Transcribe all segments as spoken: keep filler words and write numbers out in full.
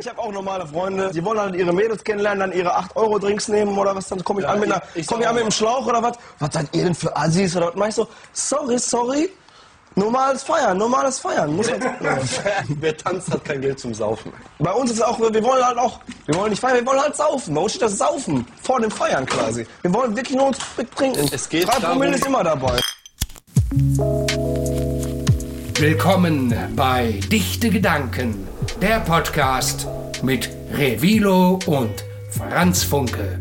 Ich habe auch normale Freunde, die wollen halt ihre Mädels kennenlernen, dann ihre acht Euro Drinks nehmen oder was, dann komme ich, ja, an mit einer, ich, ich komm ich an mit einem Schlauch oder was. Was seid ihr denn für Assis oder was? Mach ich so, sorry, sorry, normales Feiern, normales Feiern. Muss halt, ja. Wer tanzt, hat kein Geld zum Saufen. Bei uns ist auch, wir wollen halt auch, wir wollen nicht feiern, wir wollen halt saufen. Bei uns steht das Saufen vor dem Feiern quasi. Wir wollen wirklich nur uns betrinken. Es geht Drei Promille ist immer dabei. Willkommen bei Dichte Gedanken, der Podcast mit Revilo und Franz Funke.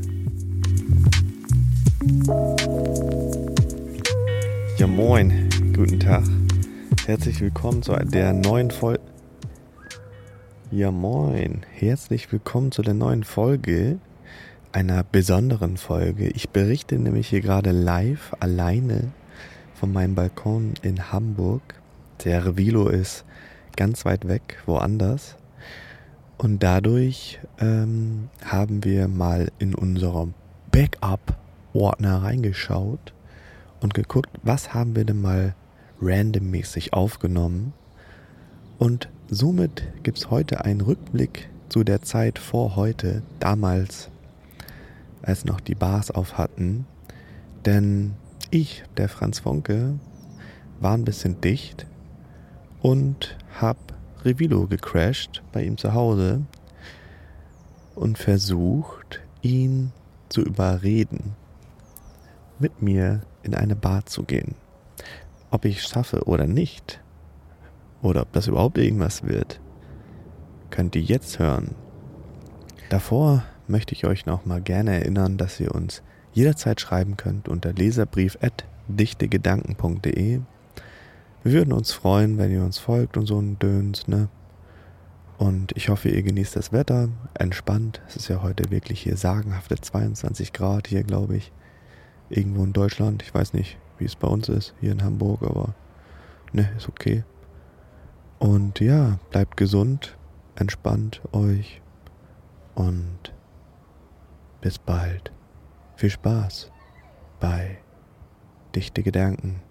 Ja moin, guten Tag. Herzlich willkommen zu der neuen Folge. Ja moin, herzlich willkommen zu der neuen Folge, einer besonderen Folge. Ich berichte nämlich hier gerade live, alleine von meinem Balkon in Hamburg. Der Revilo ist ganz weit weg, woanders. Und dadurch ähm, haben wir mal in unserem Backup-Ordner reingeschaut und geguckt, was haben wir denn mal randommäßig aufgenommen. Und somit gibt es heute einen Rückblick zu der Zeit vor heute, damals, als noch die Bars auf hatten. Denn ich, der Franz Funke, war ein bisschen dicht und hab Revilo gecrashed bei ihm zu Hause und versucht, ihn zu überreden, mit mir in eine Bar zu gehen. Ob ich es schaffe oder nicht, oder ob das überhaupt irgendwas wird, könnt ihr jetzt hören. Davor möchte ich euch noch mal gerne erinnern, dass ihr uns jederzeit schreiben könnt unter leserbrief at dichtegedanken punkt de. Wir würden uns freuen, wenn ihr uns folgt und so ein Döns, ne? Und ich hoffe, ihr genießt das Wetter, entspannt. Es ist ja heute wirklich hier sagenhafte zweiundzwanzig Grad hier, glaube ich. Irgendwo in Deutschland. Ich weiß nicht, wie es bei uns ist, hier in Hamburg, aber ne, ist okay. Und ja, bleibt gesund, entspannt euch und bis bald. Viel Spaß bei Dichte Gedanken.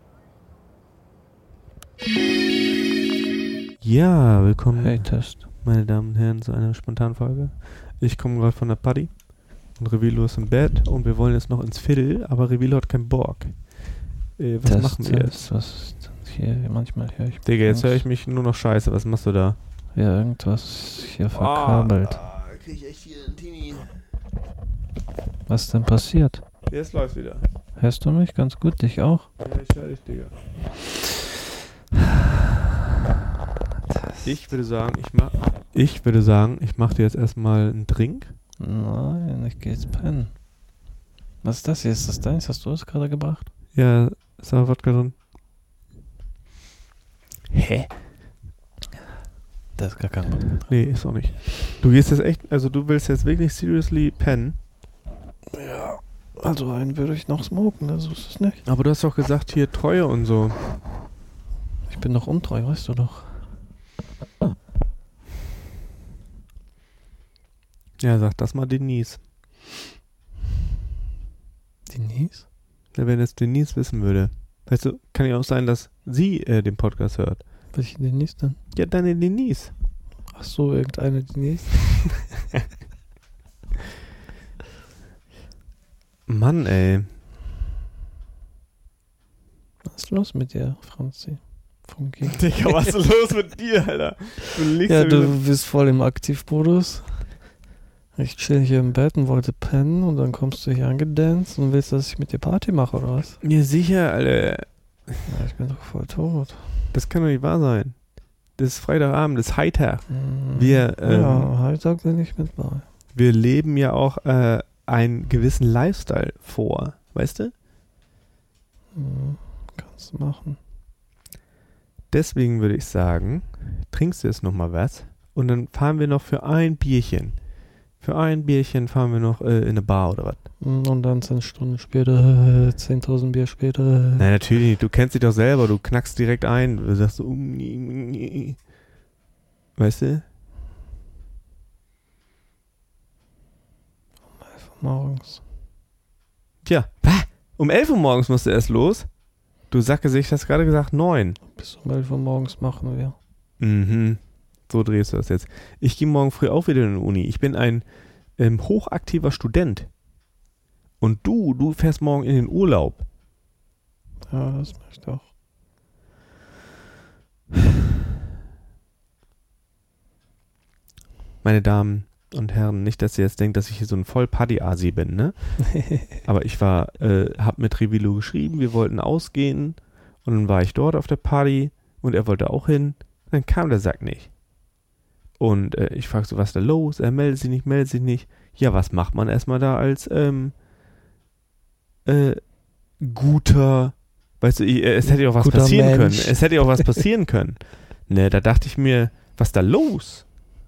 Ja, willkommen, hey, Test. meine Damen und Herren, zu einer spontanen Folge. Ich komme gerade von der Party und Revilo ist im Bett und wir wollen jetzt noch ins Viertel, aber Revilo hat keinen Bock. Äh, was Test, machen wir jetzt? Was hier, manchmal höre ich... Digga, jetzt höre ich mich nur noch scheiße. Was machst du da? Ja, irgendwas hier verkabelt. Ah, krieg ich echt hier einen Tini. Was denn passiert? Jetzt läuft wieder. Hörst du mich ganz gut? Dich auch? Ja, ich höre dich, Digga. Ich würde sagen, ich mach, ich würde sagen, ich mache dir jetzt erstmal einen Drink. Nein, ich gehe jetzt pennen. Was ist das hier? Ist das deins? Hast du das gerade gebracht? Ja, ist da Wodka drin? Hä? Da ist gar kein Wodka drin. Nee, ist auch nicht. Du gehst jetzt echt, also du willst jetzt wirklich seriously pennen? Ja, also einen würde ich noch smoken, also ist es nicht. Aber du hast doch gesagt, hier Treue und so. Ich bin doch untreu, weißt du doch. Ja, sag das mal Denise. Denise? Ja, wenn jetzt Denise wissen würde. Weißt du, kann ja auch sein, dass sie äh, den Podcast hört. Welche Denise denn? Ja, deine Denise. Ach so, irgendeine Denise? Mann, ey. Was ist los mit dir, Franzi? Funky. Digga, was ist los mit dir, Alter? Du liegst Ja, ja du bist voll im Aktivmodus. Ich chill hier im Bett und wollte pennen und dann kommst du hier angedanced und willst, dass ich mit dir Party mache, oder was? Ja, sicher, Alter. Ja, ich bin doch voll tot. Das kann doch nicht wahr sein. Das ist Freitagabend, das ist heiter. Mhm. Wir, ähm, ja, heute bin ich mit bei. Wir leben ja auch äh, einen gewissen Lifestyle vor, weißt du? Mhm. Kannst du machen. Deswegen würde ich sagen, trinkst du jetzt nochmal was und dann fahren wir noch für ein Bierchen. Für ein Bierchen fahren wir noch äh, in eine Bar oder was? Und dann zehn Stunden später, zehntausend Bier später. Nein, natürlich nicht. Du kennst dich doch selber. Du knackst direkt ein. Du sagst so, weißt du? Um elf Uhr morgens. Tja, um elf Uhr morgens musst du erst los. Du Sackgesicht hast gerade gesagt neun. Bis um elf Uhr morgens machen wir. Mhm. So drehst du das jetzt. Ich gehe morgen früh auch wieder in die Uni. Ich bin ein ähm, hochaktiver Student. Und du, du fährst morgen in den Urlaub. Ja, das mach ich doch. Meine Damen und Herren, nicht, dass ihr jetzt denkt, dass ich hier so ein Voll-Party-Asi bin, ne? Aber ich war, äh, hab mit Revilo geschrieben, wir wollten ausgehen und dann war ich dort auf der Party und er wollte auch hin. Und dann kam der Sack nicht. Und äh, ich frag so, was ist da los? Er meldet sich nicht, meldet sich nicht. Ja, was macht man erstmal da als ähm, äh, guter, weißt du, ich, äh, es hätte ja auch was Guter passieren Mensch. können. Es hätte ja auch was passieren können. Ne, da dachte ich mir, was ist da los?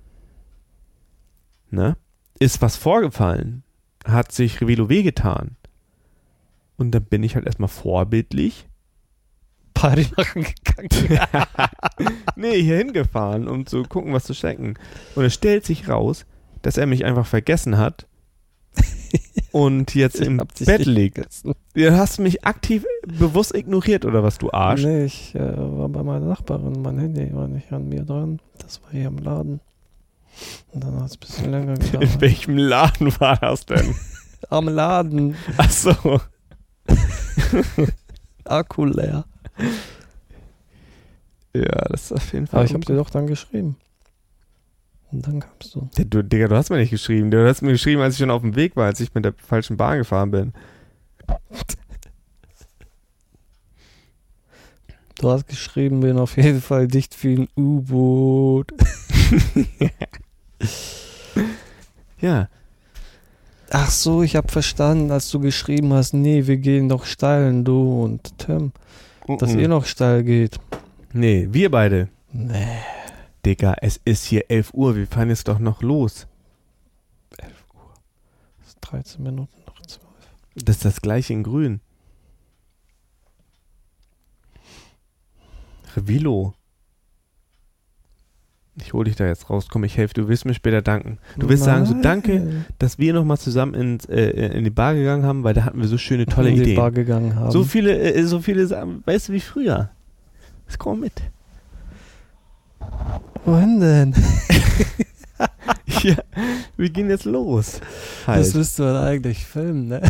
Ne? Ist was vorgefallen? Hat sich Revilo wehgetan? Und dann bin ich halt erstmal vorbildlich Party machen gegangen. nee, hier hingefahren, um zu gucken, was zu stecken. Und es stellt sich raus, dass er mich einfach vergessen hat und jetzt Ich im hab dich Bett nicht liegt. vergessen. Du hast mich aktiv bewusst ignoriert, oder was, du Arsch? Nee, ich äh, war bei meiner Nachbarin. Mein Handy war nicht an mir dran. Das war hier im Laden. Und dann hat es ein bisschen länger In gedauert. welchem Laden war das denn? Am Laden. Ach so. Akku leer. Ja, das ist auf jeden Fall. Aber ich hab dir doch dann geschrieben. Und dann kamst du. Ja, du, Digga, du hast mir nicht geschrieben. Du hast mir geschrieben, als ich schon auf dem Weg war, als ich mit der falschen Bahn gefahren bin. Du hast geschrieben, bin auf jeden Fall dicht wie ein U-Boot. Ja. Ach so, ich hab verstanden, als du geschrieben hast, nee, wir gehen doch steilen, du und Tim. Dass Mhm. ihr noch steil geht. Nee, wir beide. Nee. Digga, es ist hier elf Uhr, wir fahren jetzt doch noch los. elf Uhr. Das ist dreizehn Minuten nach zwölf. Das ist das gleiche in grün. Revilo. Ich hole dich da jetzt raus. Komm, ich helfe. Du wirst mir später danken. Du wirst sagen so, danke, dass wir nochmal zusammen ins, äh, in die Bar gegangen haben, weil da hatten wir so schöne, tolle in die Ideen. Bar gegangen haben. So viele, äh, so viele Sachen, weißt du, wie früher. Das komm mit. Wohin denn? Ja, wir gehen jetzt los. Das Halt. müsst du halt eigentlich filmen, ne?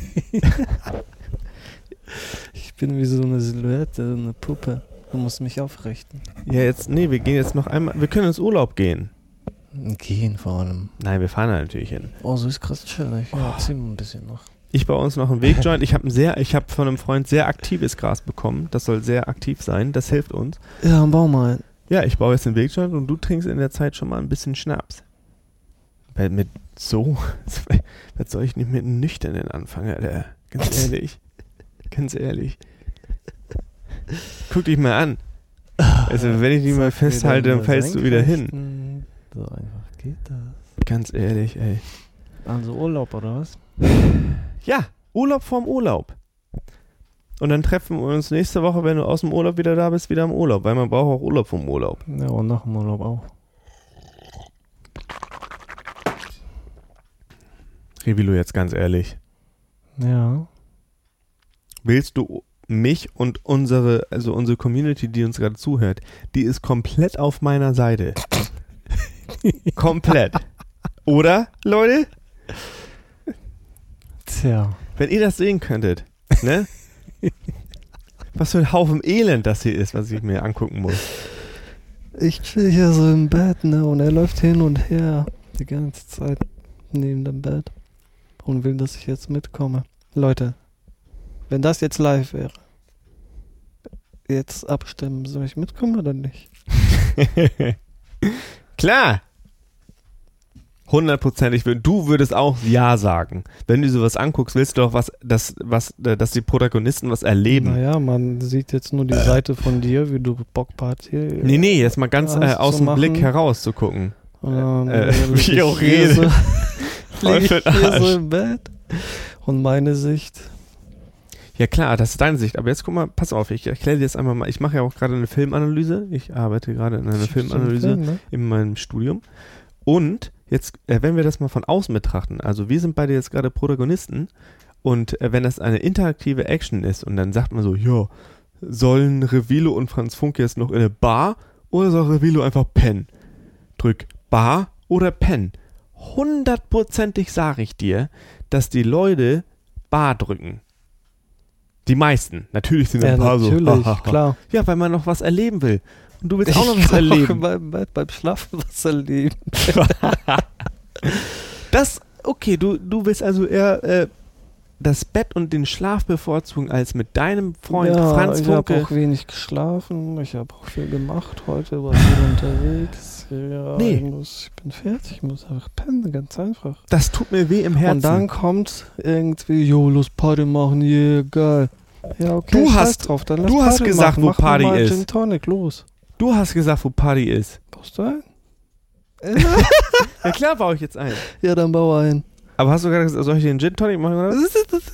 Ich bin wie so eine Silhouette, so eine Puppe. Du musst mich aufrichten. Ja, jetzt, nee, wir gehen jetzt noch einmal, wir können ins Urlaub gehen. Gehen vor allem. Nein, wir fahren da natürlich hin. Oh, so ist krass chillig. Ja, erzähl mal ein bisschen noch. Ich baue uns noch einen Wegjoint. Ich habe sehr, ich habe von einem Freund sehr aktives Gras bekommen. Das soll sehr aktiv sein. Das hilft uns. Ja, bau mal. Ja, ich baue jetzt einen Wegjoint und du trinkst in der Zeit schon mal ein bisschen Schnaps. Weil mit so, was soll ich nicht mit einem Nüchternen anfangen, Alter? Ganz ehrlich. Ganz ehrlich. Guck dich mal an. Also wenn ich dich mal festhalte, dann fällst du wieder hin. So einfach geht das. Ganz ehrlich, ey. Also Urlaub oder was? Ja, Urlaub vorm Urlaub. Und dann treffen wir uns nächste Woche, wenn du aus dem Urlaub wieder da bist, wieder im Urlaub. Weil man braucht auch Urlaub vom Urlaub. Ja, und nach dem Urlaub auch. Revilo, jetzt ganz ehrlich. Ja. Willst du mich und unsere, also unsere Community, die uns gerade zuhört, die ist komplett auf meiner Seite. Komplett. Oder, Leute? Tja. Wenn ihr das sehen könntet, ne? Was für ein Haufen Elend das hier ist, was ich mir angucken muss. Ich chill hier so im Bett, ne? Und er läuft hin und her die ganze Zeit neben dem Bett und will, dass ich jetzt mitkomme. Leute, wenn das jetzt live wäre, jetzt abstimmen, soll ich mitkommen oder nicht? Klar. Hundertprozentig. Du würdest auch Ja sagen. Wenn du sowas anguckst, willst du doch was, dass, was, dass die Protagonisten was erleben. Naja, man sieht jetzt nur die Seite von dir, wie du Bockparty. Nee, nee, jetzt mal ganz Was äh, aus zu dem machen. Blick heraus zu gucken. Ähm, Äh, dann wie lieg ich auch hier rede. So, Voll lieg für ich den hier Arsch. so im Bett und meine Sicht. Ja klar, das ist deine Sicht. Aber jetzt guck mal, pass auf, ich erkläre dir jetzt einmal mal. Ich mache ja auch gerade eine Filmanalyse. Ich arbeite gerade in einer Filmanalyse Film, ne? in meinem Studium. Und jetzt, äh, wenn wir das mal von außen betrachten, also wir sind beide jetzt gerade Protagonisten und äh, wenn das eine interaktive Action ist und dann sagt man so, ja, sollen Revilo und Franz Funke jetzt noch in eine Bar oder soll Revilo einfach pennen? drück Bar oder Pen. Hundertprozentig sage ich dir, dass die Leute Bar drücken. Die meisten. Natürlich sind Ja, ein paar natürlich, so. klar. Ja, weil man noch was erleben will. Und du willst auch noch Ich was kann erleben. Beim, beim, beim Schlafen was erleben. Das, okay, du, du willst also eher äh, das Bett und den Schlaf bevorzugen, als mit deinem Freund ja, Franz ich habe Funke. auch wenig geschlafen. Ich habe auch viel gemacht heute, war viel unterwegs. Ja, Nee. ich, muss, ich bin fertig, ich muss einfach pennen, ganz einfach. Das tut mir weh im Herzen. Und dann kommt irgendwie, jo, los Party machen, yeah, geil. Ja, okay, Du scheiß hast- drauf, dann lass du hast Party gesagt, machen. wo Mach mir Party mal ist. Gin Tonic, los. Du hast gesagt, wo Party ist. Baust du ein? Ja klar, baue ich jetzt ein. Ja, dann bau ein. Aber hast du gerade gesagt, soll ich den Gin Tonic machen, oder?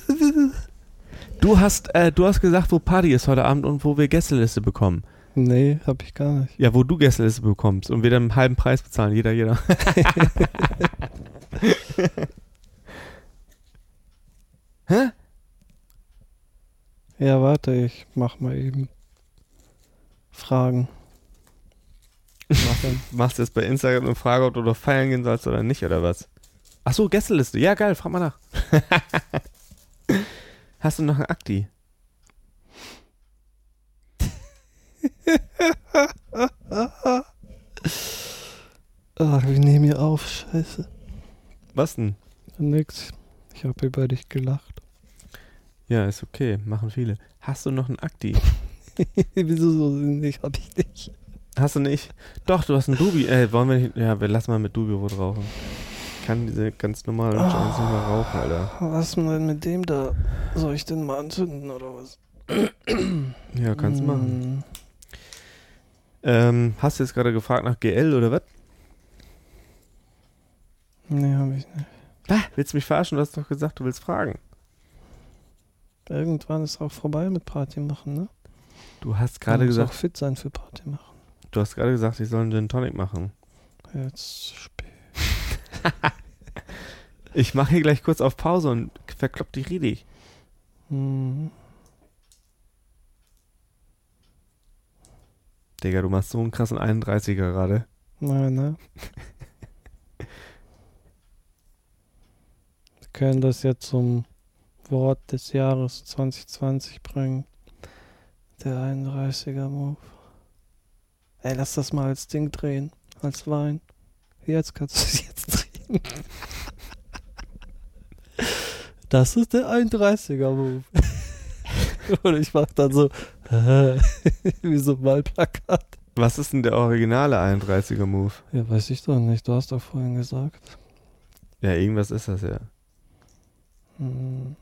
Du hast, äh, du hast gesagt, wo Party ist heute Abend und wo wir Gästeliste bekommen. Nee, hab ich gar nicht. Ja, wo du Gästeliste bekommst und wir dann einen halben Preis bezahlen. Jeder, jeder. Hä? Ja, warte, ich mach mal eben Fragen. Machen. Machst du jetzt bei Instagram eine Frage, ob du noch feiern gehen sollst oder nicht, oder was? Ach so, Gästeliste. Ja, geil, frag mal nach. Hast du noch einen Akti? Ach, wir nehmen hier auf, scheiße. Was denn? Nix. Ich habe über dich gelacht. Ja, ist okay, machen viele. Hast du noch einen Akti? Wieso so nicht? Hab ich nicht. Hast du nicht? Doch, du hast einen Dubi. Äh, wollen wir nicht? Ja, wir lassen mal mit Dubi-Rot rauchen. Ich kann diese ganz normalen Joints nicht mehr rauchen, Alter. Was ist denn mit dem da? Soll ich den mal anzünden oder was? Ja, kannst du machen. Hm, Ähm, hast du jetzt gerade gefragt nach G L oder was? Nee, hab ich nicht. Ah, willst du mich verarschen? Du hast doch gesagt, du willst fragen. Irgendwann ist auch vorbei mit Party machen, ne? Du hast gerade Man muss gesagt, auch fit sein für Party machen. du hast gerade gesagt, ich soll einen Gin Tonic machen. Jetzt spät. Ich mache hier gleich kurz auf Pause und verklopp dich richtig. Hm. Digga, du machst so einen krassen einunddreißiger gerade. Nein, ne? Wir können das jetzt zum Wort des Jahres zwanzig zwanzig bringen. Der einunddreißiger Move. Ey, lass das mal als Ding drehen. Als Wein. Jetzt kannst du es jetzt drehen. Das ist der einunddreißiger Move. Und ich mach dann so wie so ein Wahlplakat. Was ist denn der originale einunddreißiger Move? Ja, weiß ich doch nicht. Du hast doch vorhin gesagt. Ja, irgendwas ist das ja. Hm.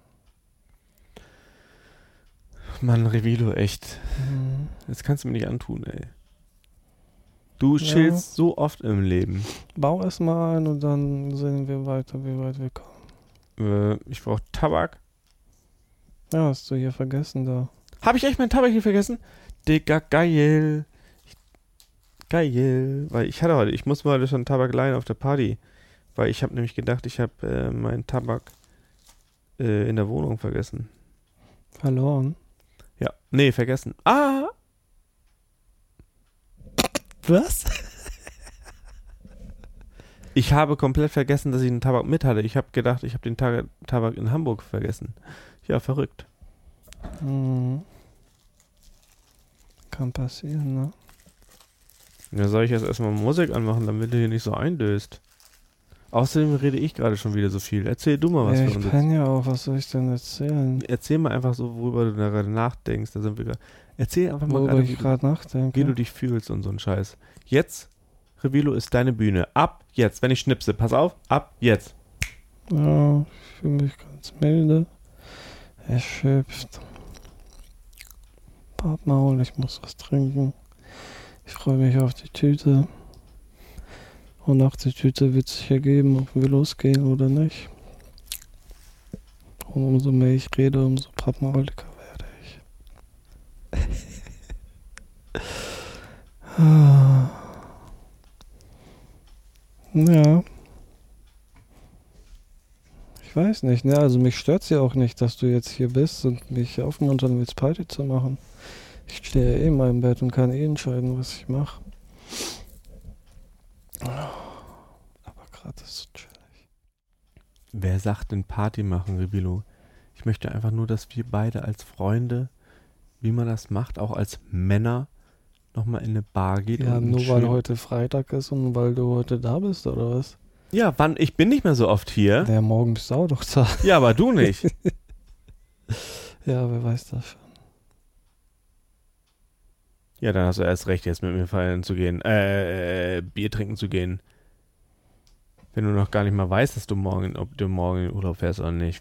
Mann, Revilo, echt. Hm. Das kannst du mir nicht antun, ey. Du Ja. chillst so oft im Leben. Bau es mal ein und dann sehen wir weiter, wie weit wir kommen. Äh, ich brauch Tabak. Ja, hast du hier vergessen da. Habe ich echt meinen Tabak hier vergessen? Digga, geil. Ich, geil. Weil ich hatte heute, ich muss mal heute schon Tabak leihen auf der Party. Weil ich habe nämlich gedacht, ich habe äh, meinen Tabak äh, in der Wohnung vergessen. Verloren. Ja, nee, vergessen. Ah! Was? Ich habe komplett vergessen, dass ich den Tabak mit hatte. Ich habe gedacht, ich habe den Tag Tabak in Hamburg vergessen. Ja, verrückt. Hm. Kann passieren, ne? Ja, soll ich jetzt erstmal Musik anmachen, damit du hier nicht so eindöst? Außerdem rede ich gerade schon wieder so viel. Erzähl du mal was Ja, für ich uns. penne ja auch. Was soll ich denn erzählen? Erzähl mal einfach so, worüber du da gerade nachdenkst. Da sind wir grad. Erzähl einfach mal Worüber gerade, ich wie, du- gerade nachdenke. wie du dich fühlst und so ein Scheiß. Jetzt, Revilo, ist deine Bühne. Ab jetzt. Wenn ich schnipse, pass auf, ab jetzt. Ja, ich fühle mich ganz milde. Erschöpft. Pappmaul, ich muss was trinken. Ich freue mich auf die Tüte. Und nach der Tüte wird sich ergeben, ob wir losgehen oder nicht. Und umso mehr ich rede, umso pappmauliger werde ich. Ah. Ja. Ich weiß nicht, ne? Also mich stört's ja auch nicht, dass du jetzt hier bist und mich aufmuntern willst, Party zu machen. Ich stehe ja eh in meinem Bett und kann eh entscheiden, was ich mache. das ist so chillig. Wer sagt denn Party machen, Revilo? Ich möchte einfach nur, dass wir beide als Freunde, wie man das macht, auch als Männer, nochmal in eine Bar geht. Ja, und nur schön weil heute Freitag ist und weil du heute da bist, oder was? Ja, wann? Ich bin nicht mehr so oft hier. Ja, morgen bist du auch doch da. Ja, aber du nicht. Ja, wer weiß das schon. Ja, dann hast du erst recht, jetzt mit mir feiern zu gehen. Äh, äh, Bier trinken zu gehen. Wenn du noch gar nicht mal weißt, dass du morgen, ob du morgen in Urlaub fährst oder nicht.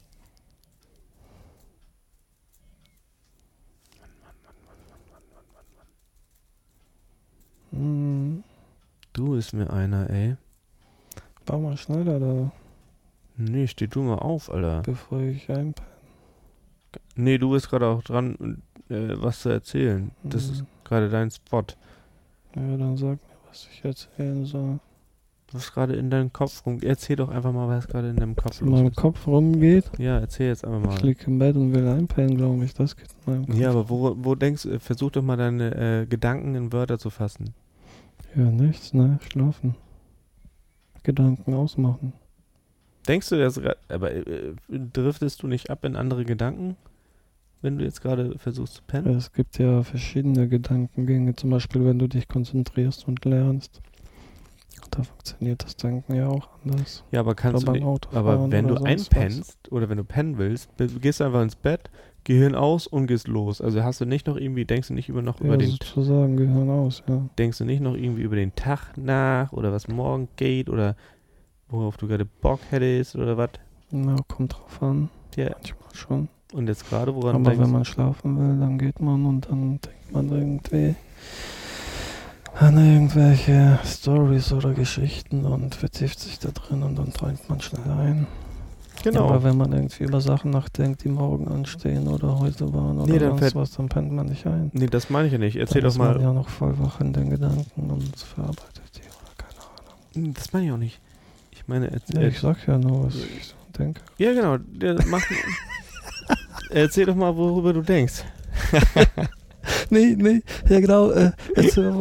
Hm, Du ist mir einer, ey. war mal schneller da, Nee, steh du mal auf, Alter. bevor ich einpenne. Nee, du bist gerade auch dran, äh, was zu erzählen. Das Mhm. ist gerade dein Spot. Ja, dann sag mir, was ich erzählen soll. Was gerade in deinem Kopf rum... Erzähl doch einfach mal, was gerade in deinem Kopf Was in los meinem ist. Kopf rumgeht. Ja, erzähl jetzt einfach mal. Ich lieg im Bett und will einpennen, glaube ich. Das geht in meinem Kopf. Ja, aber wo, wo denkst du, versuch doch mal deine äh, Gedanken in Wörter zu fassen. Ja, nichts, ne? Schlafen. Gedanken ausmachen. Denkst du, das, gra- aber äh, driftest du nicht ab in andere Gedanken, wenn du jetzt gerade versuchst zu pennen? Es gibt ja verschiedene Gedankengänge. Zum Beispiel, wenn du dich konzentrierst und lernst. Da funktioniert das Denken ja auch anders. Ja, aber kannst Oder du beim nicht, Autofahren aber wenn du oder sonst einpennst oder wenn du pennen willst, be- gehst du einfach ins Bett, Gehirn aus und gehst los. Also hast du nicht noch irgendwie, denkst du nicht über noch über Ja, den sozusagen, Gehirn aus, ja. denkst du nicht noch irgendwie über den Tag nach oder was morgen geht oder worauf du gerade Bock hättest oder was? Na, kommt drauf an. Ja, Manchmal schon. und jetzt gerade woran Aber denkst wenn man schlafen will, dann geht man und dann denkt man irgendwie an irgendwelche Stories oder Geschichten und vertieft sich da drin und dann träumt man schnell ein. Genau. Aber wenn man irgendwie über Sachen nachdenkt, die morgen anstehen oder heute waren oder Nee, dann sonst fällt- was, dann pennt man nicht ein. Nee, das meine ich ja nicht. Erzähl Dann doch ist man mal. ja noch voll wach in den Gedanken und verarbeitet die oder keine Ahnung. Das meine ich auch nicht. Ich meine, erzähl, Ja, ich sag ja nur, was ich so denke. ja genau. Der macht, erzähl doch mal, worüber du denkst. Nee, nee, ja genau. Äh, jetzt, äh,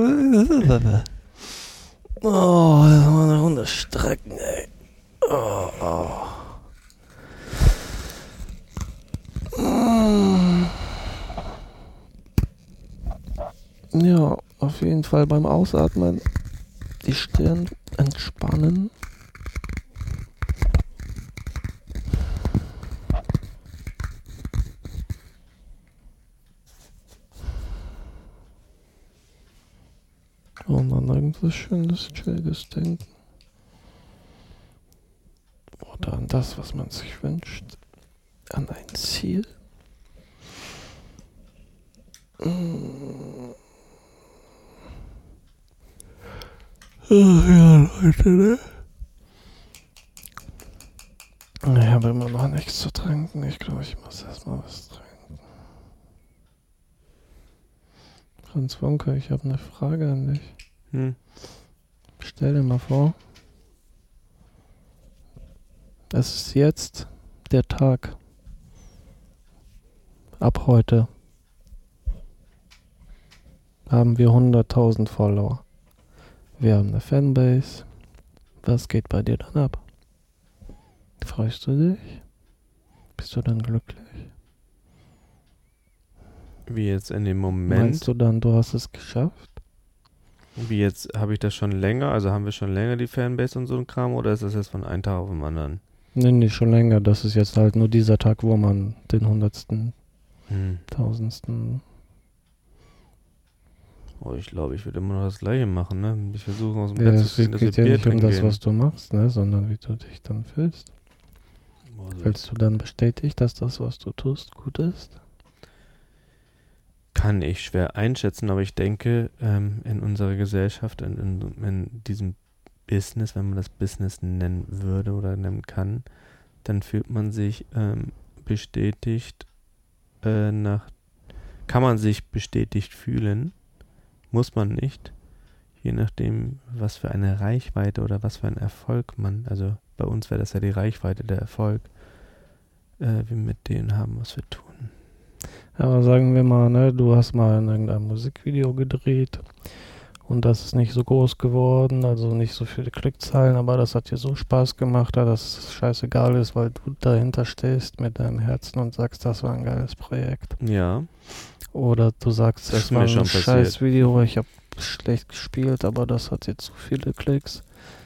oh, das war eine Runde Strecken, ey. Oh, oh. Mm. Ja, auf jeden Fall beim Ausatmen die Stirn entspannen. Und dann irgendwas Schönes, Chilliges denken. Oder an das, was man sich wünscht. An ein Ziel. Ach ja, Leute, ne? Ich habe immer noch nichts zu trinken. Ich glaube, ich muss erstmal was trinken. Franz Funke, ich habe eine Frage an dich. Hm. Stell dir mal vor, es ist jetzt der Tag. Ab heute haben wir hunderttausend Follower. Wir haben eine Fanbase. Was geht bei dir dann ab? Freust du dich? Bist du dann glücklich? Wie jetzt in dem Moment. Meinst du dann, du hast es geschafft? Wie jetzt, habe ich das schon länger? Also haben wir schon länger die Fanbase und so ein Kram oder ist das jetzt von einem Tag auf den anderen? Nee, nee, schon länger. Das ist jetzt halt nur dieser Tag, wo man den hundertsten, Hm. tausendsten... Oh, ich glaube, ich würde immer noch das Gleiche machen, ne? Ich versuche aus dem Ja, Bett zu es kriegen, dass wir geht ja Bier nicht um trinken das, gehen. was du machst, ne, sondern wie du dich dann fühlst. Boah, so Fühlst du dann bestätigt, dass das, was du tust, gut ist? kann ich schwer einschätzen, aber ich denke, ähm, in unserer Gesellschaft, in, in, in diesem Business, wenn man das Business nennen würde oder nennen kann, dann fühlt man sich ähm, bestätigt äh, nach, kann man sich bestätigt fühlen, muss man nicht, je nachdem, was für eine Reichweite oder was für ein Erfolg man, also bei uns wäre das ja die Reichweite, der Erfolg, äh, wir mit denen haben, was wir tun. Aber sagen wir mal, ne, du hast mal in irgendeinem Musikvideo gedreht Und das ist nicht so groß geworden, also nicht so viele Klickzahlen, aber das hat dir so Spaß gemacht, dass es scheißegal ist, weil du dahinter stehst mit deinem Herzen und sagst, das war ein geiles Projekt. Ja. Oder du sagst, Das das ist mir war schon ein passiert. scheiß Video, ich habe schlecht gespielt, aber das hat jetzt so viele Klicks.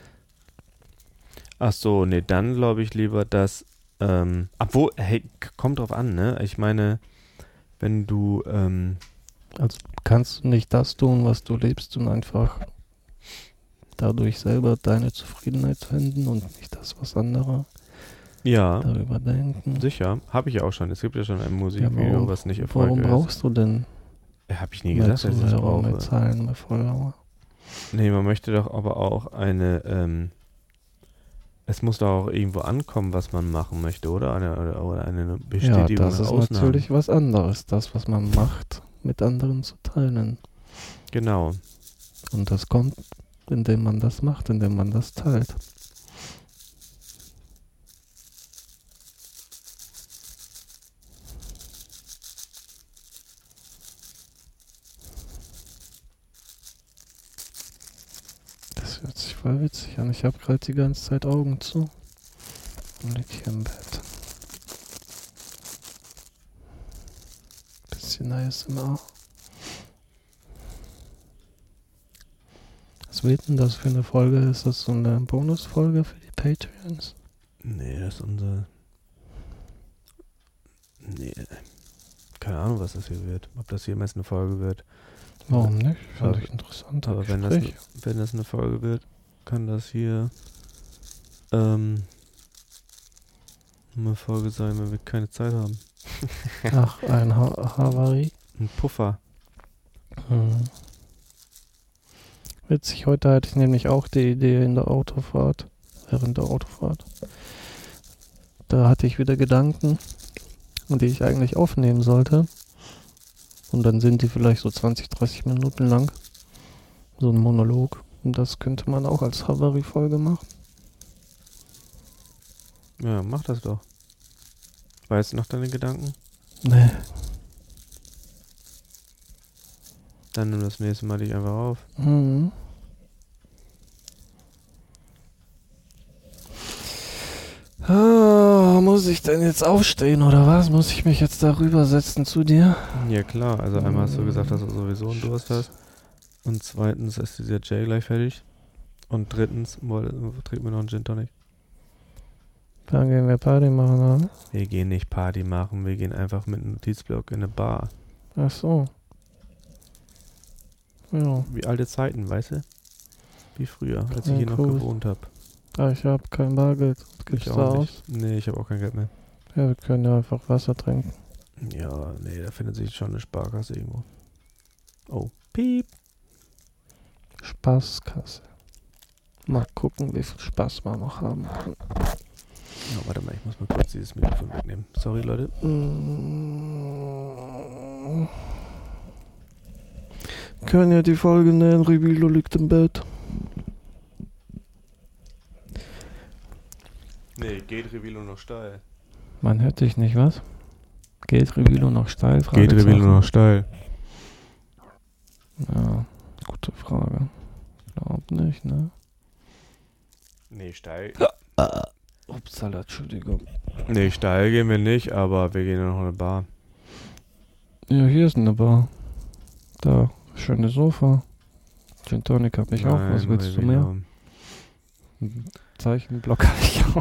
Ach so, nee, dann glaube ich lieber, dass, ähm, obwohl, hey, k- kommt drauf an, ne? Ich meine, wenn du, ähm, Also kannst du nicht das tun, was du liebst und einfach dadurch selber deine Zufriedenheit finden und nicht das, was andere ja, darüber denken. sicher, habe ich ja auch schon. Es gibt ja schon ein Ja, Musikvideo, warum, was nicht warum erfolgreich ist. brauchst du denn Habe ich nie mehr gesagt, dass ich das Zuhörer, mehr brauche. Zahlen, mehr Follower? Nee, man möchte doch aber auch eine, ähm, es muss doch auch irgendwo ankommen, was man machen möchte, oder? Eine, oder, oder eine Ja, Bestätigung das ist Ausnahmen. natürlich was anderes, das, was man macht, mit anderen zu teilen. Genau. Und das kommt, indem man das macht, indem man das teilt. Das hört sich voll witzig an. Ich habe gerade die ganze Zeit Augen zu und lieg hier im Bett. Bisschen A S M R. Was wird denn das für eine Folge? Ist das so eine Bonusfolge für die Patreons? Nee, das ist unser... Nee. Keine Ahnung, was das hier wird. Ob das jemals eine Folge wird. Warum nicht? Fand Aber- ich interessant. Aber wenn das, wenn das eine Folge wird, kann das hier ähm, eine Folge sein, wenn wir keine Zeit haben. Ach, ein ha Havarie. Ein Puffer. Hm. Witzig, heute hatte ich nämlich auch die Idee in der Autofahrt, während der Autofahrt. Da hatte ich wieder Gedanken, die ich eigentlich aufnehmen sollte. Und dann sind die vielleicht so zwanzig, dreißig Minuten lang. So ein Monolog. Und das könnte man auch als Havarie-Folge machen. Ja, mach das doch. Weißt du noch deine Gedanken? Nee. Dann nimm das nächste Mal dich einfach auf. Mhm. Ah, muss ich denn jetzt aufstehen oder was? Muss ich mich jetzt darüber setzen zu dir? Ja klar, also einmal hast du gesagt, dass du sowieso einen Durst hast. Und zweitens ist dieser Jay gleich fertig. Und drittens, woll- trinken wir noch einen Gin Tonic. Dann gehen wir Party machen, oder? Wir gehen nicht Party machen, wir gehen einfach mit einem Notizblock in eine Bar. Ach so. Ja. Wie alte Zeiten, weißt du? Wie früher, als Ja, ich hier noch cool. gewohnt habe. Ah, ich habe kein Bargeld. Gibt's Ich da auch aus? nicht. Nee, ich habe auch kein Geld mehr. Ja, wir können ja einfach Wasser trinken. Ja, nee, da findet sich schon eine Sparkasse irgendwo. Oh, piep. Spaßkasse. Mal gucken, wie viel Spaß wir noch haben können. Ja, warte mal, ich muss mal kurz dieses Mikrofon wegnehmen. Sorry, Leute. Mm. Können ja die Folge nennen, Revilo liegt im Bett. Nee, geht Revilo noch steil. Man hört dich nicht, was? Geht Revilo noch steil? Geht Revilo Fragezeichen. noch steil? Ja, gute Frage. Glaub nicht, ne? Nee, steil. Upsala, Entschuldigung. Nee, steil gehen wir nicht, aber wir gehen ja noch in eine Bar. Ja, hier ist eine Bar. Da, schöne Sofa. Gin Tonic hab ich auch. Was Nein, willst du Revilo. mehr? Zeichenblock habe ich auch.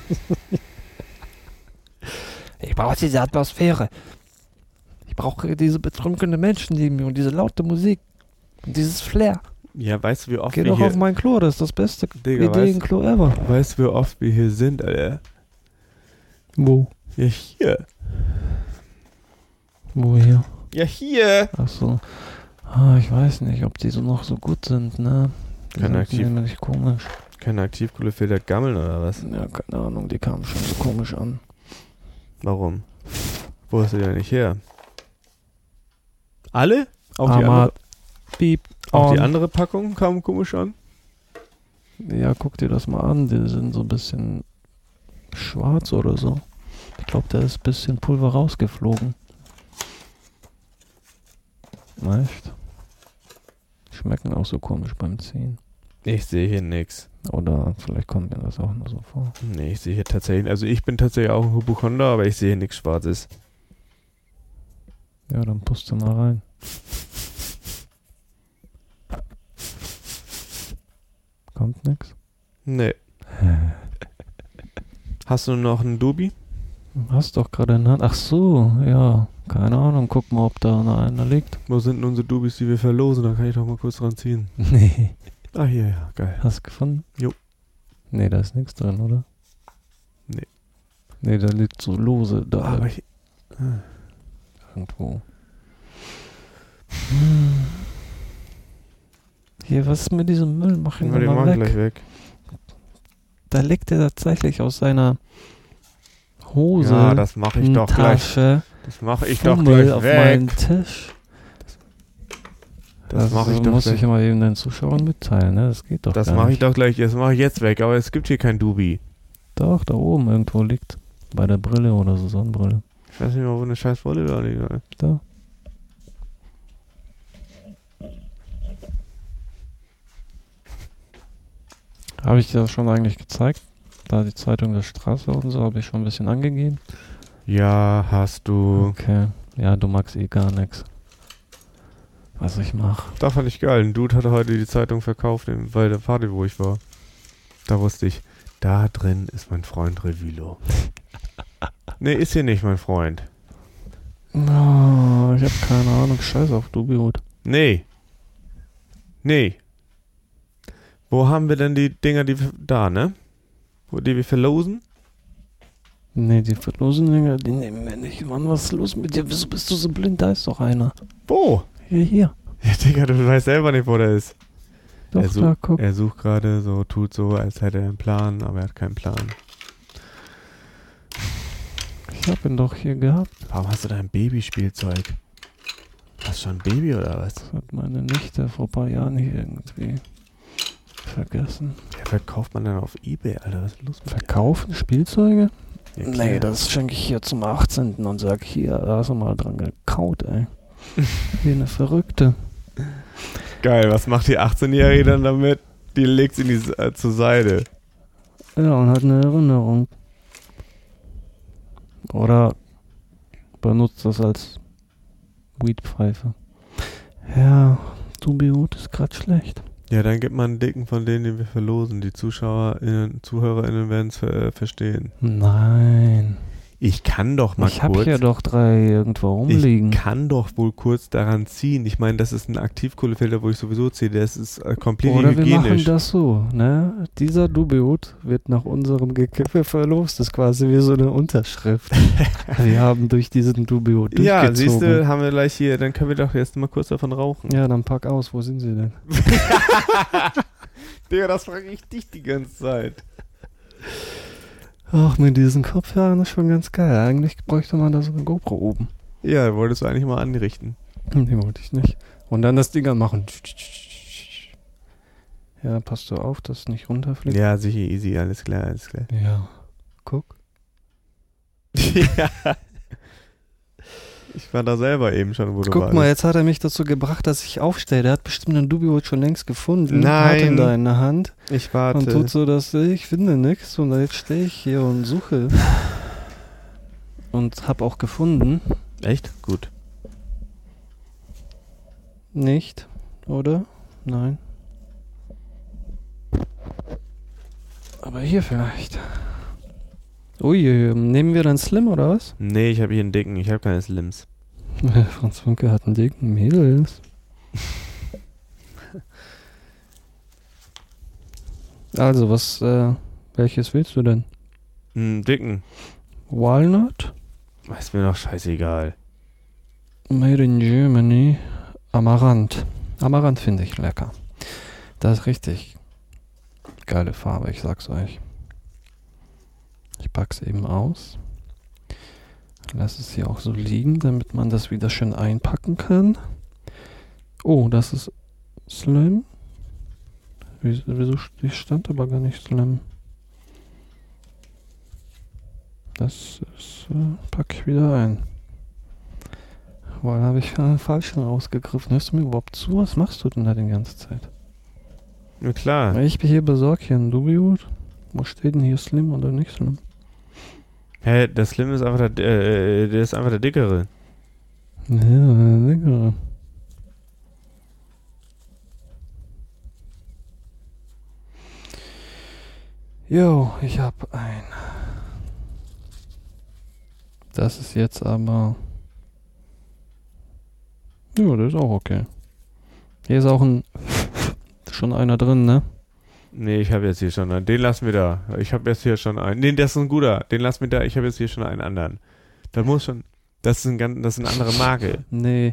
Ich brauche diese Atmosphäre. Ich brauche diese betrunkenen Menschen neben mir und diese laute Musik. Und dieses Flair. Ja, weißt du, wie oft Geh wir doch hier... auf mein Klo, das ist das beste Digga, Ideenklo ever. Weißt du, wie oft wir hier sind, Alter? Wo? Ja, hier. Wo hier? Ja, hier. Ach so. Ah, ich weiß nicht, ob die so noch so gut sind, ne? Die Keine sind aktiv- nämlich komisch. Keine Aktivkohlefilter gammeln oder was? Ja, keine Ahnung, die kamen schon so komisch an. Warum? Wo hast du die denn nicht her? Alle? Auch, die Aber andere, Piep. auch die on. andere Packung kam komisch an? Ja, guck dir das mal an. Die sind so ein bisschen schwarz oder so. Ich glaube, da ist ein bisschen Pulver rausgeflogen. Echt? schmecken auch so komisch beim Ziehen. Ich sehe hier nix. Oder vielleicht kommt mir das auch nur so vor. Nee, ich sehe hier tatsächlich, also ich bin tatsächlich auch ein Hypochonder, aber ich sehe hier nichts Schwarzes. Ja, dann puste mal rein. Kommt nix? Nee. Hast du noch einen Dubi? Hast doch gerade in der Hand. Ach so, ja. Keine Ahnung. Guck mal, ob da noch einer liegt. Wo sind denn unsere Dubis, die wir verlosen? Da kann ich doch mal kurz dran ziehen. Nee. Ah, hier, ja, geil. Hast du gefunden? Jo. Nee, da ist nichts drin, oder? Nee. Nee, da liegt so lose da. Aber ich, Irgendwo. Hm. Hier, was ist mit diesem Müll? Mach ihn den mal mach ich weg. gleich weg. Da legt er tatsächlich aus seiner Hose Ja, das mache ich doch gleich. Tasche Das mache ich doch Fummel gleich auf weg. meinen Tisch. Das mache ich doch muss gleich. ich immer eben den Zuschauern mitteilen, ne? Das geht doch Das gar mache ich nicht. doch gleich. Das mache ich jetzt weg. Aber es gibt hier kein Dubi. Doch, da oben irgendwo liegt. Bei der Brille oder so, Sonnenbrille. Ich weiß nicht mal, wo eine scheiß Wolle da liegt. Da. Habe ich dir das schon eigentlich gezeigt? Da die Zeitung der Straße und so, habe ich schon ein bisschen angegeben. Ja, hast du. Okay. Ja, du magst eh gar nichts. Was ich mache. Da fand ich geil. Ein Dude hatte heute die Zeitung verkauft, bei der Party, wo ich war. Da wusste ich, da drin ist mein Freund Revilo. Nee, ist hier nicht mein Freund. No, ich habe keine Ahnung. Scheiß auf Dubiot. Nee. Nee. Wo haben wir denn die Dinger, die wir, da, ne? Wo die wir verlosen? Nee, die verlosen Dinger, die nehmen wir nicht. Mann, was ist los mit dir? Wieso bist du so blind? Da ist doch einer. Wo? Hier, hier. Ja, Digga, du weißt selber nicht, wo der ist. Doch, er, da, such, guck. er sucht gerade so, tut so, als hätte er einen Plan, aber er hat keinen Plan. Ich hab ihn doch hier gehabt. Warum hast du da ein Babyspielzeug? Hast du schon ein Baby oder was? Das hat meine Nichte vor ein paar Jahren hier irgendwie vergessen. Ja, verkauft man dann auf Ebay, Alter? Was ist los mit Verkaufen Spielzeuge? dir? Ja, Nee, klar. das schenke ich hier zum achtzehnten und sag, hier, da hast du mal dran gekaut, ey. Wie eine Verrückte. Geil, was macht die achtzehnjährige dann damit? Die legt sie in die, äh, zur Seite. Ja, und hat eine Erinnerung. Oder benutzt das als Weedpfeife. Ja, Dubiot ist grad schlecht. Ja, dann gibt man einen dicken von denen, die wir verlosen. Die ZuschauerInnen, ZuhörerInnen werden es äh, verstehen. Nein. Ich kann doch mal Ich habe kurz... hier doch drei irgendwo rumliegen. Ich kann doch wohl kurz daran ziehen. Ich meine, das ist ein Aktivkohlefilter, wo ich sowieso ziehe. Das ist äh, komplett Oder wir machen hygienisch. das so, ne? Dieser Dubiot wird nach unserem Gekippe verlost. Das ist quasi wie so eine Unterschrift. Wir haben durch diesen Dubiot Ja, durchgezogen. siehst du, haben wir gleich hier. Dann können wir doch jetzt mal kurz davon rauchen. Ja, dann pack aus. Wo sind sie denn? Digga, das frage ich dich die ganze Zeit. Ach, mit diesen Kopfhörern ist schon ganz geil. Eigentlich bräuchte man da so eine GoPro oben. Ja, wolltest du eigentlich mal anrichten. Nee, wollte ich nicht. Und dann das Ding anmachen. Ja, passt du auf, dass es nicht runterfliegt. Ja, sicher, easy, alles klar, alles klar. Ja. Guck. Ja. Ich war da selber eben schon, wo du Guck warst. mal, jetzt hat er mich dazu gebracht, dass ich aufstehe. Der hat bestimmt einen Dubiot schon längst gefunden. Nein. Hat ihn da in der Hand. Ich warte. Und tut so, dass ich finde nichts. Und jetzt stehe ich hier und suche. Und hab auch gefunden. Echt? Gut. Nicht, oder? Nein. Aber hier vielleicht. Ui, nehmen wir dann Slim oder was? Nee, ich habe hier einen dicken. Ich habe keine Slims. Franz Funke hat einen dicken Mädels. Also, was, äh, welches willst du denn? Einen dicken. Walnut? Ist mir doch scheißegal. Made in Germany. Amaranth. Amaranth finde ich lecker. Das ist richtig geile Farbe, ich sag's euch. Ich pack's eben aus. Lass es hier auch so liegen, damit man das wieder schön einpacken kann. Oh, das ist Slim. Wieso, wieso st- stand aber gar nicht Slim? Das ist, äh, pack ich wieder ein. Weil habe ich einen falschen rausgegriffen. Hörst du mir überhaupt zu? Was machst du denn da die ganze Zeit? Ja, klar. Ich bin hier besorgt hier ein Dubiut. Wo steht denn hier Slim oder nicht Slim? Hä, der Slim ist einfach der, äh, der ist einfach der Dickere. Ja, der Dickere. Jo, ich hab ein. Das ist jetzt aber. Ja, das ist auch okay. Hier ist auch ein. Schon einer drin, ne? Nee, ich habe jetzt hier schon einen. Den lassen wir da. Ich habe jetzt hier schon einen. Nee, das ist ein guter. Den lassen wir da. Ich habe jetzt hier schon einen anderen. Da muss schon. Das ist, ein, ganz- das ist eine andere Marke. Nee.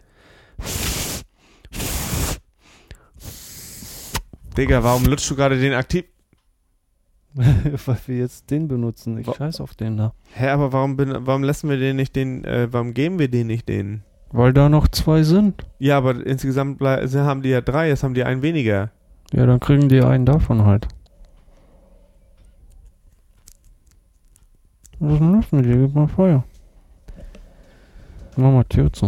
Digga, warum lutschst du gerade den aktiv? Weil wir jetzt den benutzen. Ich Wa- scheiß auf den da. Hä, aber warum, bin, warum lassen wir den nicht den, äh, warum geben wir den nicht den? Weil da noch zwei sind. Ja, aber insgesamt blei- sie haben die ja drei, jetzt haben die einen weniger. Ja, dann kriegen die einen davon halt. Was lassen wir die? Gib mal Feuer. Mach mal Tür zu.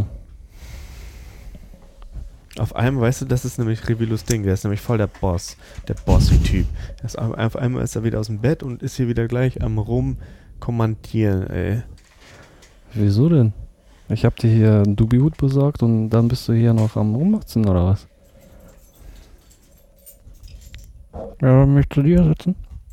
Auf einmal, weißt du, das ist nämlich Revilus Ding, der ist nämlich voll der Boss, der Bossy-Typ. Er ist auf auf einmal ist er wieder aus dem Bett und ist hier wieder gleich am rumkommandieren, ey. Wieso denn? Ich hab dir hier einen Dubi-Hut besorgt und dann bist du hier noch am Rummachen oder was? Ja, möchtest du dir sitzen?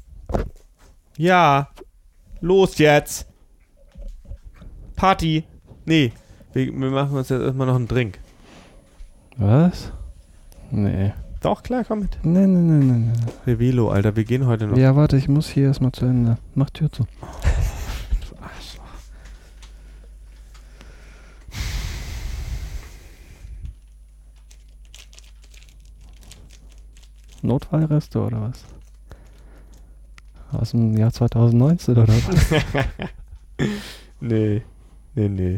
Ja, los jetzt! Party! Nee, wir, wir machen uns jetzt erstmal noch einen Drink. Was? Nee. Doch, klar, komm mit. Nee, nee, nee, nee, nee. Revilo, Alter, wir gehen heute noch. Ja, warte, ich muss hier erstmal zu Ende. Mach Tür zu. Du Arschloch. Notfallreste oder was? Aus dem Jahr zwanzig neunzehn oder was? Nee, nee, nee.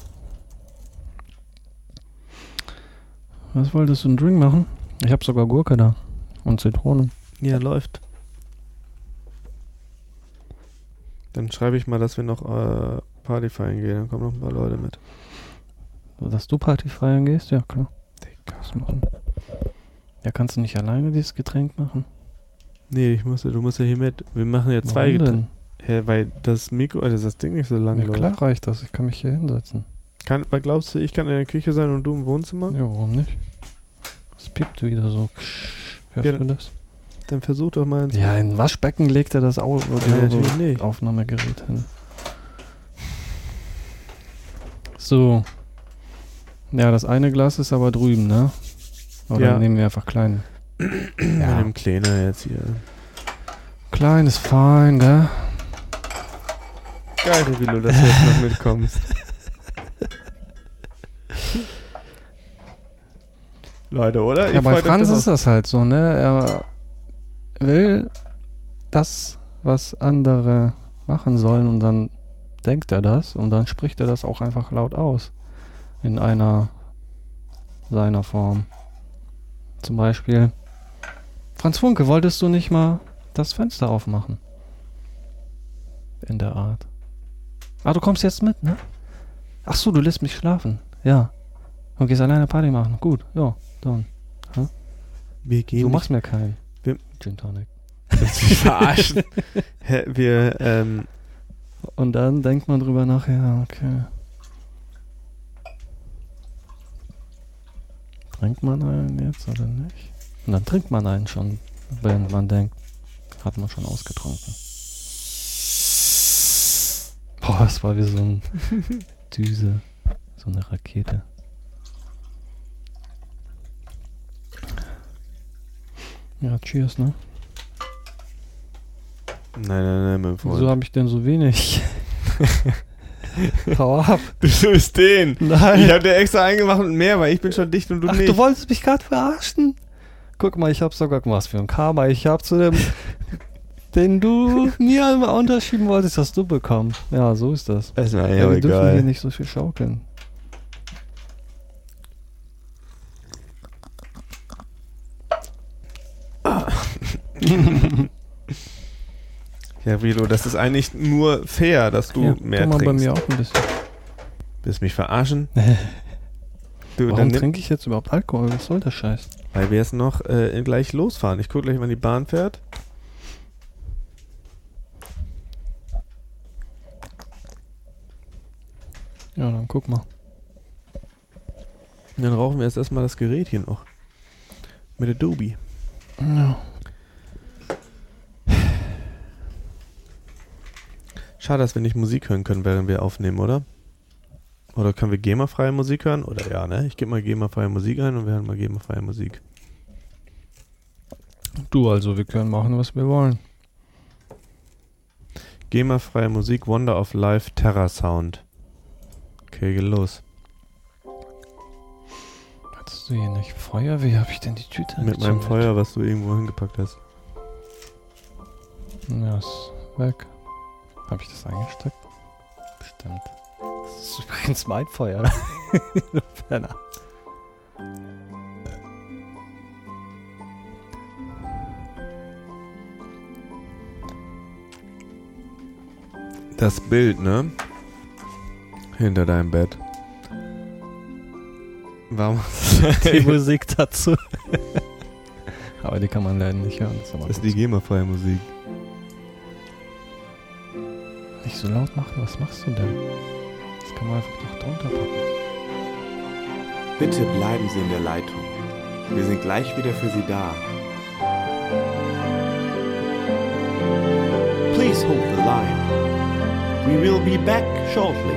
Was wolltest du, einen Drink machen? Ich hab sogar Gurke da. Und Zitrone. Ja, läuft. Dann schreibe ich mal, dass wir noch äh, Party feiern gehen. Dann kommen noch ein paar Leute mit. Dass du Party feiern gehst? Ja, klar. Digga. Was machen? Ja, kannst du nicht alleine dieses Getränk machen? Nee, ich muss, du musst ja hier mit. Wir machen ja zwei Warum Getränke. denn? Hä, weil das Mikro, also das Ding nicht so lang Ja, läuft. klar reicht das. Ich kann mich hier hinsetzen. Kann, weil glaubst du, ich kann in der Küche sein und du im Wohnzimmer? Ja, warum nicht? Es piept wieder so. Hörst Ja, du das? Dann versuch doch mal ins Ja, in Waschbecken legt er das Au- Ja, natürlich nicht. Aufnahmegerät hin. So. Ja, das eine Glas ist aber drüben, ne? Oder Ja. nehmen wir einfach klein? ja. Mit dem Kleiner jetzt hier. Klein ist fein, gell? Geil, Revilo, dass du jetzt noch mitkommst. Leute, oder? Ja, bei freut euch Franz das ist das halt so, ne? Er will das, was andere machen sollen und dann denkt er das und dann spricht er das auch einfach laut aus. In einer seiner Form. Zum Beispiel, Franz Funke, wolltest du nicht mal das Fenster aufmachen? In der Art. Ah, du kommst jetzt mit, ne? Ach so, du lässt mich schlafen. Ja. Und gehst alleine Party machen. Gut, ja, dann. Wir gehen Du nicht- machst mir keinen. Wir- Gin Tonic. Willst du mich verarschen? Hä, wir, ähm, Und dann denkt man drüber nach, ja, okay. Trinkt man einen jetzt oder nicht? Und dann trinkt man einen schon, wenn man denkt, hat man schon ausgetrunken. Boah, es war wie so ein Düse, so eine Rakete. Ja, cheers, ne? nein, nein, nein, mein Freund. Wieso habe ich denn so wenig? Hau ab. Du bist den. Nein. Ich hab dir extra eingemacht und mehr, weil ich bin schon dicht und du Ach, nicht. du wolltest mich gerade verarschen? Guck mal, ich hab sogar was für ein Karma. Ich hab zu dem, den du mir immer unterschieben wolltest, hast du bekommen. Ja, so ist das. ist mir Ja, wir dürfen hier nicht so viel schaukeln. Ja, Vilo, das ist eigentlich nur fair, dass du ja, mehr guck mal bei trinkst. mir auch ein bisschen. Willst du mich verarschen? Du, Warum dann nimm- trinke ich jetzt überhaupt Alkohol? Was soll der Scheiß? Weil wir jetzt noch äh, gleich losfahren. Ich gucke gleich, wann die Bahn fährt. Ja, dann guck mal. Und dann rauchen wir jetzt erstmal das Gerät hier noch. Mit der Doobie. Ja. Schade, dass wir nicht Musik hören können, während wir aufnehmen, oder? Oder können wir GEMA-freie Musik hören? Oder ja, ne? Ich gebe mal GEMA-freie Musik ein und wir hören mal GEMA-freie Musik. Du, also wir können machen, was wir wollen. GEMA-freie Musik, Wonder of Life, Terra Sound. Okay, geht los. Hattest du hier nicht Feuer? Wie habe ich denn die Tüte Mit meinem angezündet? Feuer, was du irgendwo hingepackt hast. Ja, ist weg. Habe ich das eingesteckt? Bestimmt. Das ist übrigens mein Feuer. Du Penner. Das Bild, ne? Hinter deinem Bett. Warum? Die Musik dazu. Aber die kann man leider nicht hören. Das ist, aber Das ist gut. die GEMA-freie Musik. Nicht so laut machen, was machst du denn? Das kann man einfach doch drunter packen. Bitte bleiben Sie in der Leitung. Wir sind gleich wieder für Sie da. Please hold the line. We will be back shortly.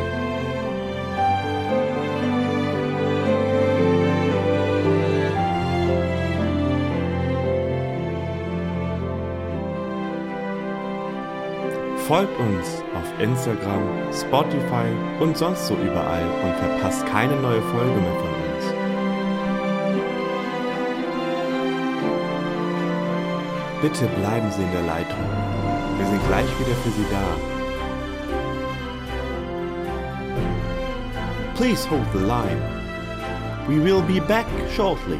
Folgt uns auf Instagram, Spotify und sonst so überall und verpasst keine neue Folge mehr von uns. Bitte bleiben Sie in der Leitung. Wir sind gleich wieder für Sie da. Please hold the line. We will be back shortly.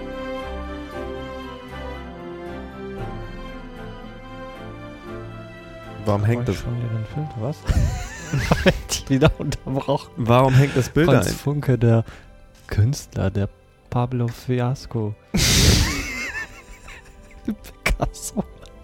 Warum hängt Wollte das? schon wieder den Filter, was? Wieder unterbrochen. Warum hängt das Bild Franz ein? Funke, der Künstler, der Pablo Fiasco. Picasso.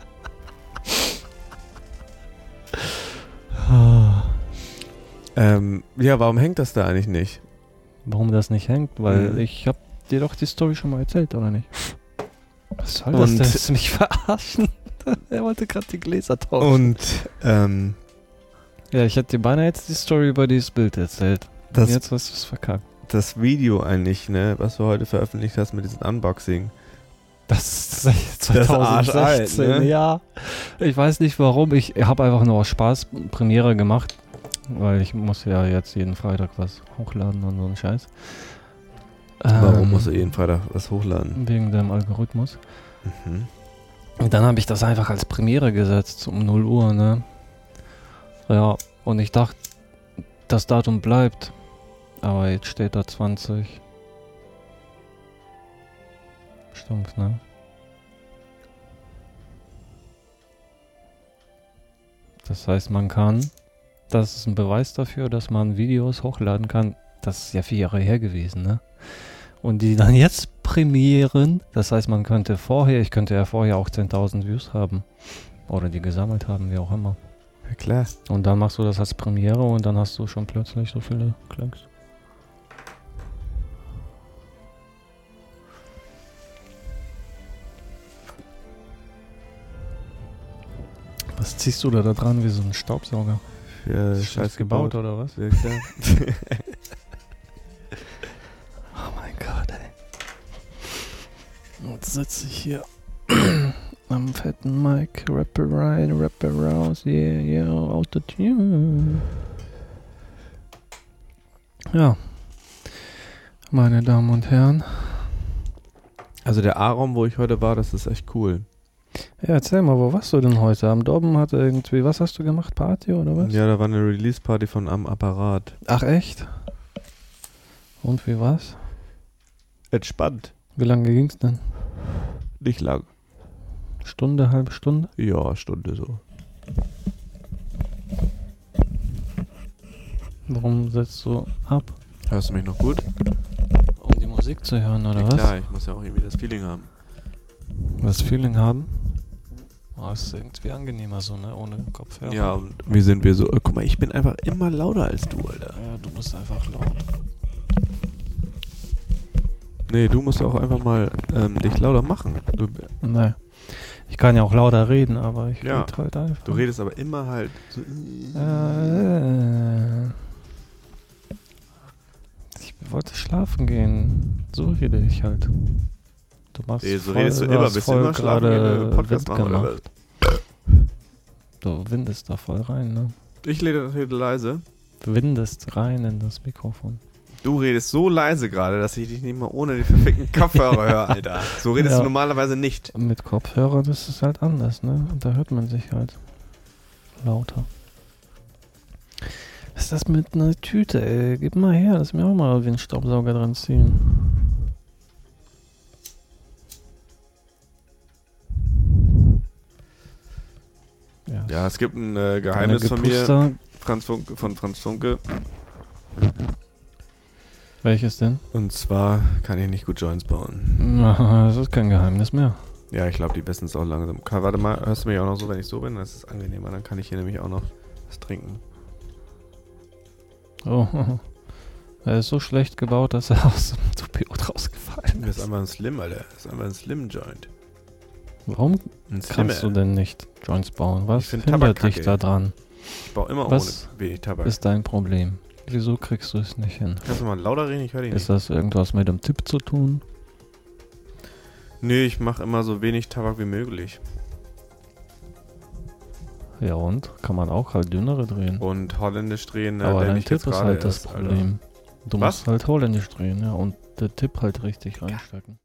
Ähm, ja, warum hängt das da eigentlich nicht? Warum das nicht hängt? Weil Mhm. ich hab dir doch die Story schon mal erzählt, oder nicht? Was soll das Und- denn? Willst du mich verarschen? Er wollte gerade die Gläser tauschen. Und ähm, Ja, ich hätte dir beinahe jetzt die Story über dieses Bild erzählt. das, Und jetzt hast du es verkackt. das Video eigentlich, ne, was du heute veröffentlicht hast mit diesem Unboxing. Das ist zwanzig sechzehn, arschalt, ne? ja. Ich weiß nicht warum. Ich habe einfach nur aus Spaß Premiere gemacht. Weil ich muss ja jetzt jeden Freitag was hochladen und so einen Scheiß. Warum Ähm, musst du jeden Freitag was hochladen? Wegen dem Algorithmus. Mhm. Und dann habe ich das einfach als Premiere gesetzt um null Uhr, ne? Ja, und ich dachte, das Datum bleibt. Aber jetzt steht da zwanzig. Stumpf, ne? Das heißt, man kann, das ist ein Beweis dafür, dass man Videos hochladen kann. Das ist ja vier Jahre her gewesen, ne? Und die dann jetzt prämieren, das heißt, man könnte vorher, ich könnte ja vorher auch zehntausend Views haben. Oder die gesammelt haben, wie auch immer. Ja klar. Und dann machst du das als Premiere und dann hast du schon plötzlich so viele Klicks. Was ziehst du da, da dran wie so ein Staubsauger? Ja, Ist das scheiß gebaut gebaut. oder was? Ja, klar. Oh mein Gott, ey. Jetzt sitze ich hier am fetten Mic, Rapper rein, Rapper raus, yeah, yeah, Autotune. Ja, meine Damen und Herren. Also der A-Raum, wo ich heute war, das ist echt cool. Ja, erzähl mal, wo warst du denn heute? Am Dobben hatte irgendwie, was hast du gemacht? Party oder was? Ja, da war eine Release-Party von Am Apparat. Ach echt? Und wie war's? Entspannt. Wie lange ging's denn? Nicht lang. Stunde, halbe Stunde? Ja, Stunde so. Warum setzt du ab? Hörst du mich noch gut? Musik zu hören, oder Ja, was? klar, ich muss ja auch irgendwie das Feeling haben. Das Feeling haben? Oh, ist irgendwie angenehmer so, ne? Ohne Kopfhörer. Ja, und wie sind wir so? Oh, guck mal, ich bin einfach immer lauter als du, Alter. Ja, du bist einfach laut. Nee, du musst auch einfach mal ähm, dich lauter machen. Du, Nee. Ich kann ja auch lauter reden, aber ich Ja. rede halt einfach. du redest aber immer halt so. Äh, ich wollte schlafen gehen. So rede ich halt. Du machst Nee, so voll, redest du du immer, hast bist du voll immer schlafen gehen, wenn wir gerade Podcast Wind machen, oder gemacht. Du windest da voll rein, ne? Ich rede rede leise. Du windest rein in das Mikrofon. Du redest so leise gerade, dass ich dich nicht mal ohne die verfickten Kopfhörer höre, Alter. So redest Ja. du normalerweise nicht. Mit Kopfhörer, das ist halt anders, ne? Und da hört man sich halt lauter. Was ist das mit einer Tüte, ey? Gib mal her, lass mir auch mal den Staubsauger dran ziehen. Ja, Ja, es gibt ein äh, Geheimnis von mir, mir. Franz Funke, von Franz Funke. Welches denn? Und zwar kann ich nicht gut Joints bauen. Na, das ist kein Geheimnis mehr. Ja, ich glaube, die wissen es auch langsam. Ka- Warte mal, hörst du mich auch noch so, wenn ich so bin? Das ist angenehmer. Dann kann ich hier nämlich auch noch was trinken. Oh, er ist so schlecht gebaut, dass er aus dem Torpedo rausgefallen Das ist ist. einfach ein Slim, Alter. Das ist einfach ein Slim-Joint. Warum Ein Slim, kannst du denn nicht Joints bauen? Was Ich find hindert Tabak dich kacke. da dran? Ich baue immer Was ohne wenig Tabak. Ist dein Problem? Wieso kriegst du es nicht hin? Kannst du mal lauter reden? Ich höre dich Ist nicht. das irgendwas mit dem Tipp zu tun? Nee, ich mache immer so wenig Tabak wie möglich. Ja und? Kann man auch halt dünnere drehen. Und holländisch drehen, ne, Aber lerne dein ich Tipp jetzt ist gerade halt das erst, Alter. Problem. Du Was? musst halt holländisch drehen, ja. Und der Tipp halt richtig reinstecken.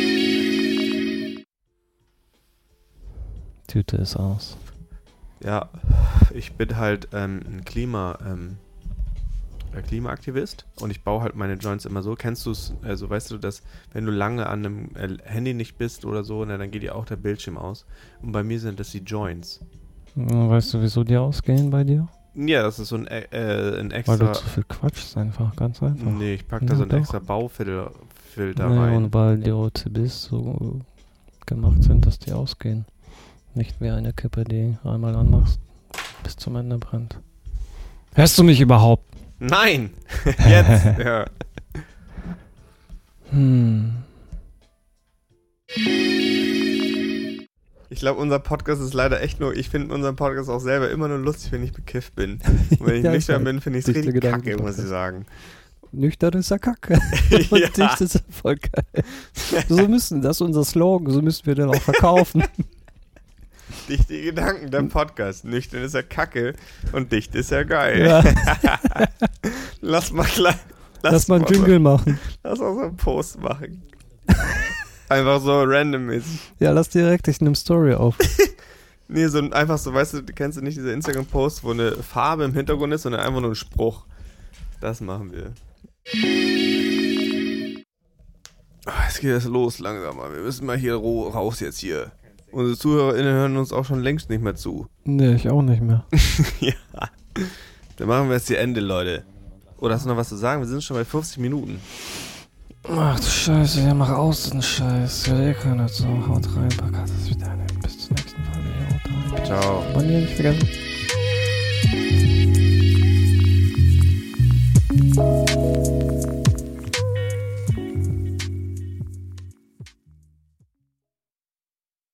Tüte ist aus. Ja, ich bin halt ähm, ein Klima, ähm, äh, Klimaaktivist und ich baue halt meine Joints immer so. Kennst du es, also weißt du, dass wenn du lange an einem äh, Handy nicht bist oder so, na, dann geht dir auch der Bildschirm aus. Und bei mir sind das die Joints. Weißt du, wieso die ausgehen bei dir? Ja, das ist so ein, äh, ein Weil extra... du zu viel quatschst einfach, ganz einfach. Nee, ich pack da Ja, so einen doch. extra Baufilter Filter Nee, rein. und weil die O C Bs so gemacht sind, dass die ausgehen. Nicht wie eine Kippe, die einmal anmachst, bis zum Ende brennt. Hörst du mich überhaupt? Nein! Jetzt! Ja. Hm. Ich glaube, unser Podcast ist leider echt nur, ich finde unseren Podcast auch selber immer nur lustig, wenn ich bekifft bin. Und wenn ich Ja, nüchtern ist bin, finde ich es dichte richtig kacke, Gedanken-Podcast. muss ich sagen. Nüchtern ist ja Kacke. Und Ja. dicht ist ja voll geil. So müssen, das ist unser Slogan, so müssen wir den auch verkaufen. Dichte Gedanken, der Podcast. Nüchtern ist ja kacke und dicht ist ja geil. Ja, Lass mal gleich. lass mal einen Jingle machen. Lass auch so einen Post machen. Einfach so randommäßig. Ja, lass direkt, ich nehme Story auf. Nee, so ein, einfach so, weißt du, kennst du nicht diese Instagram-Post, wo eine Farbe im Hintergrund ist, sondern einfach nur ein Spruch. Das machen wir. Ah, jetzt geht es los langsam mal. Wir müssen mal hier ro- raus jetzt hier. Unsere ZuhörerInnen hören uns auch schon längst nicht mehr zu. Nee, ich auch nicht mehr. Ja. Dann machen wir jetzt hier Ende, Leute. Oder hast du noch was zu sagen? Wir sind schon bei fünfzig Minuten. Ach du Scheiße, ja, mach aus den Scheiß. Ja, ihr könnt so. Haut rein, pack das wieder. Bis zur nächsten Folge. Haut rein. Ciao. Abonnieren nicht vergessen.